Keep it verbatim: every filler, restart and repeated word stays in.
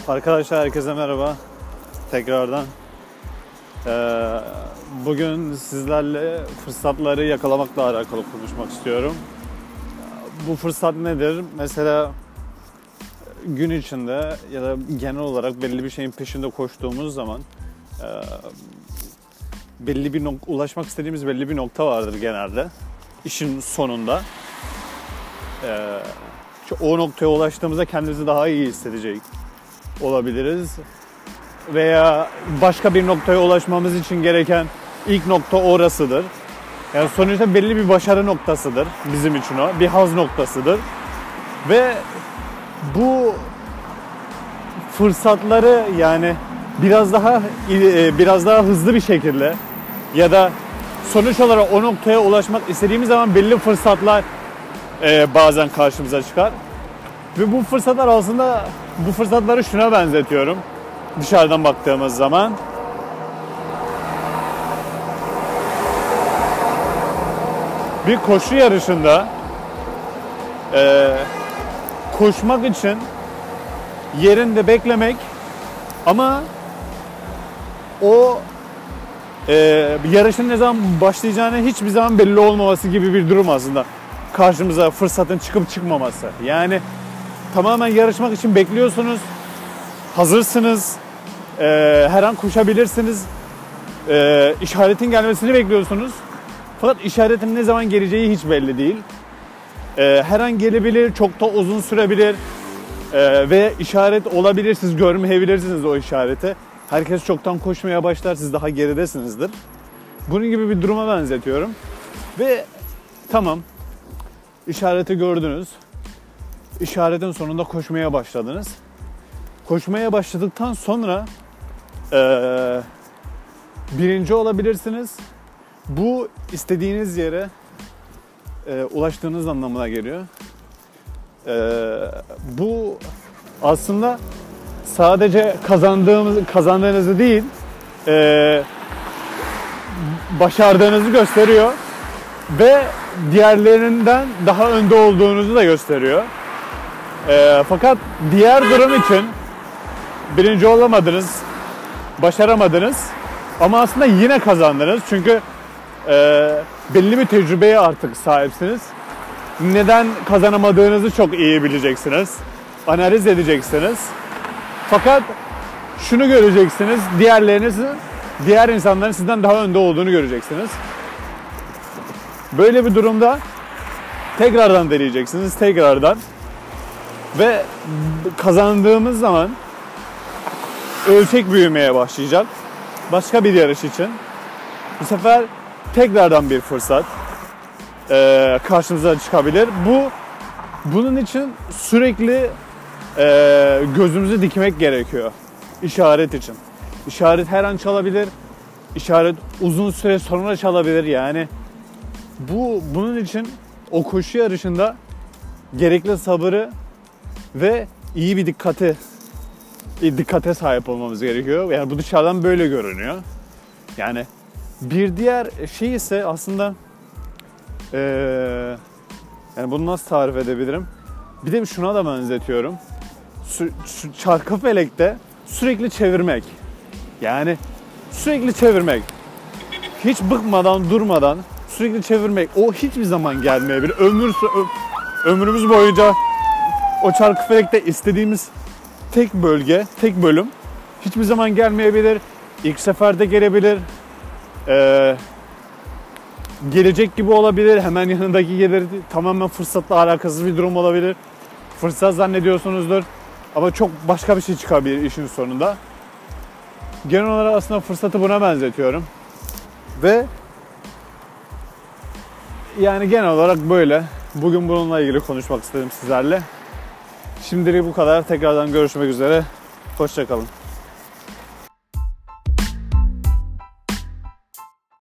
Arkadaşlar herkese merhaba tekrardan. Ee, bugün sizlerle fırsatları yakalamakla alakalı konuşmak istiyorum. Bu fırsat nedir? Mesela gün içinde ya da genel olarak belli bir şeyin peşinde koştuğumuz zaman e, belli bir nok- ulaşmak istediğimiz belli bir nokta vardır genelde. İşin sonunda. Ee, o noktaya ulaştığımızda kendimizi daha iyi hissedecek olabiliriz. Veya başka bir noktaya ulaşmamız için gereken ilk nokta orasıdır. Yani sonuçta belli bir başarı noktasıdır bizim için o. Bir haz noktasıdır. Ve bu fırsatları yani biraz daha biraz daha hızlı bir şekilde ya da sonuç olarak o noktaya ulaşmak istediğimiz zaman belli fırsatlar e, bazen karşımıza çıkar. Ve bu fırsatlar aslında bu fırsatları şuna benzetiyorum. Dışarıdan baktığımız zaman bir koşu yarışında e, koşmak için yerinde beklemek ama o e, yarışın ne zaman başlayacağını hiçbir zaman belli olmaması gibi bir durum aslında. Karşımıza fırsatın çıkıp çıkmaması. Yani tamamen yarışmak için bekliyorsunuz. Hazırsınız. Ee, her an koşabilirsiniz. Ee, işaretin gelmesini bekliyorsunuz. Fakat işaretin ne zaman geleceği hiç belli değil. Ee, her an gelebilir, çok da uzun sürebilir. Ee, ve işaret olabilir, siz görmeyebilirsiniz o işareti. Herkes çoktan koşmaya başlar, siz daha geridesinizdir. Bunun gibi bir duruma benzetiyorum. Ve tamam, işareti gördünüz. İşaretin sonunda koşmaya başladınız. Koşmaya başladıktan sonra ee, birinci olabilirsiniz. Bu istediğiniz yere e, ulaştığınız anlamına geliyor. E, bu aslında sadece kazandığımız kazandığınızı değil, e, başardığınızı gösteriyor ve diğerlerinden daha önde olduğunuzu da gösteriyor. E, fakat diğer durum için birinci olamadınız, başaramadınız ama aslında yine kazandınız çünkü e, belli bir tecrübeye artık sahipsiniz. Neden kazanamadığınızı çok iyi bileceksiniz, analiz edeceksiniz. Fakat şunu göreceksiniz, diğerlerinizin, diğer insanların sizden daha önde olduğunu göreceksiniz. Böyle bir durumda tekrardan deneyeceksiniz, tekrardan ve kazandığımız zaman ölçek büyümeye başlayacak. Başka bir yarış için. Bu sefer tekrardan bir fırsat e, karşımıza çıkabilir. Bu bunun için sürekli e, gözümüzü dikmek gerekiyor. İşaret için. İşaret her an çalabilir. İşaret uzun süre sonra çalabilir. Yani bu bunun için o koşu yarışında gerekli sabırı ve iyi bir dikkati dikkate sahip olmamız gerekiyor. Yani bu dışarıdan böyle görünüyor. Yani bir diğer şey ise aslında ee, yani bunu nasıl tarif edebilirim? Bir de şuna da benzetiyorum. Şu, şu çarkıfelekte sürekli çevirmek. Yani sürekli çevirmek. Hiç bıkmadan, durmadan sürekli çevirmek. O hiçbir zaman gelmeyebilir. Ömür, ömrümüz boyunca o çarkıfelekte istediğimiz tek bölge, tek bölüm hiçbir zaman gelmeyebilir. İlk seferde gelebilir. Ee, gelecek gibi olabilir. Hemen yanındaki gelir. Tamamen fırsatla alakasız bir durum olabilir. Fırsat zannediyorsunuzdur. Ama çok başka bir şey çıkabilir işin sonunda. Genel olarak aslında fırsatı buna benzetiyorum. Ve yani genel olarak böyle. Bugün bununla ilgili konuşmak istedim sizlerle. Şimdilik bu kadar. Tekrardan görüşmek üzere. Hoşça kalın.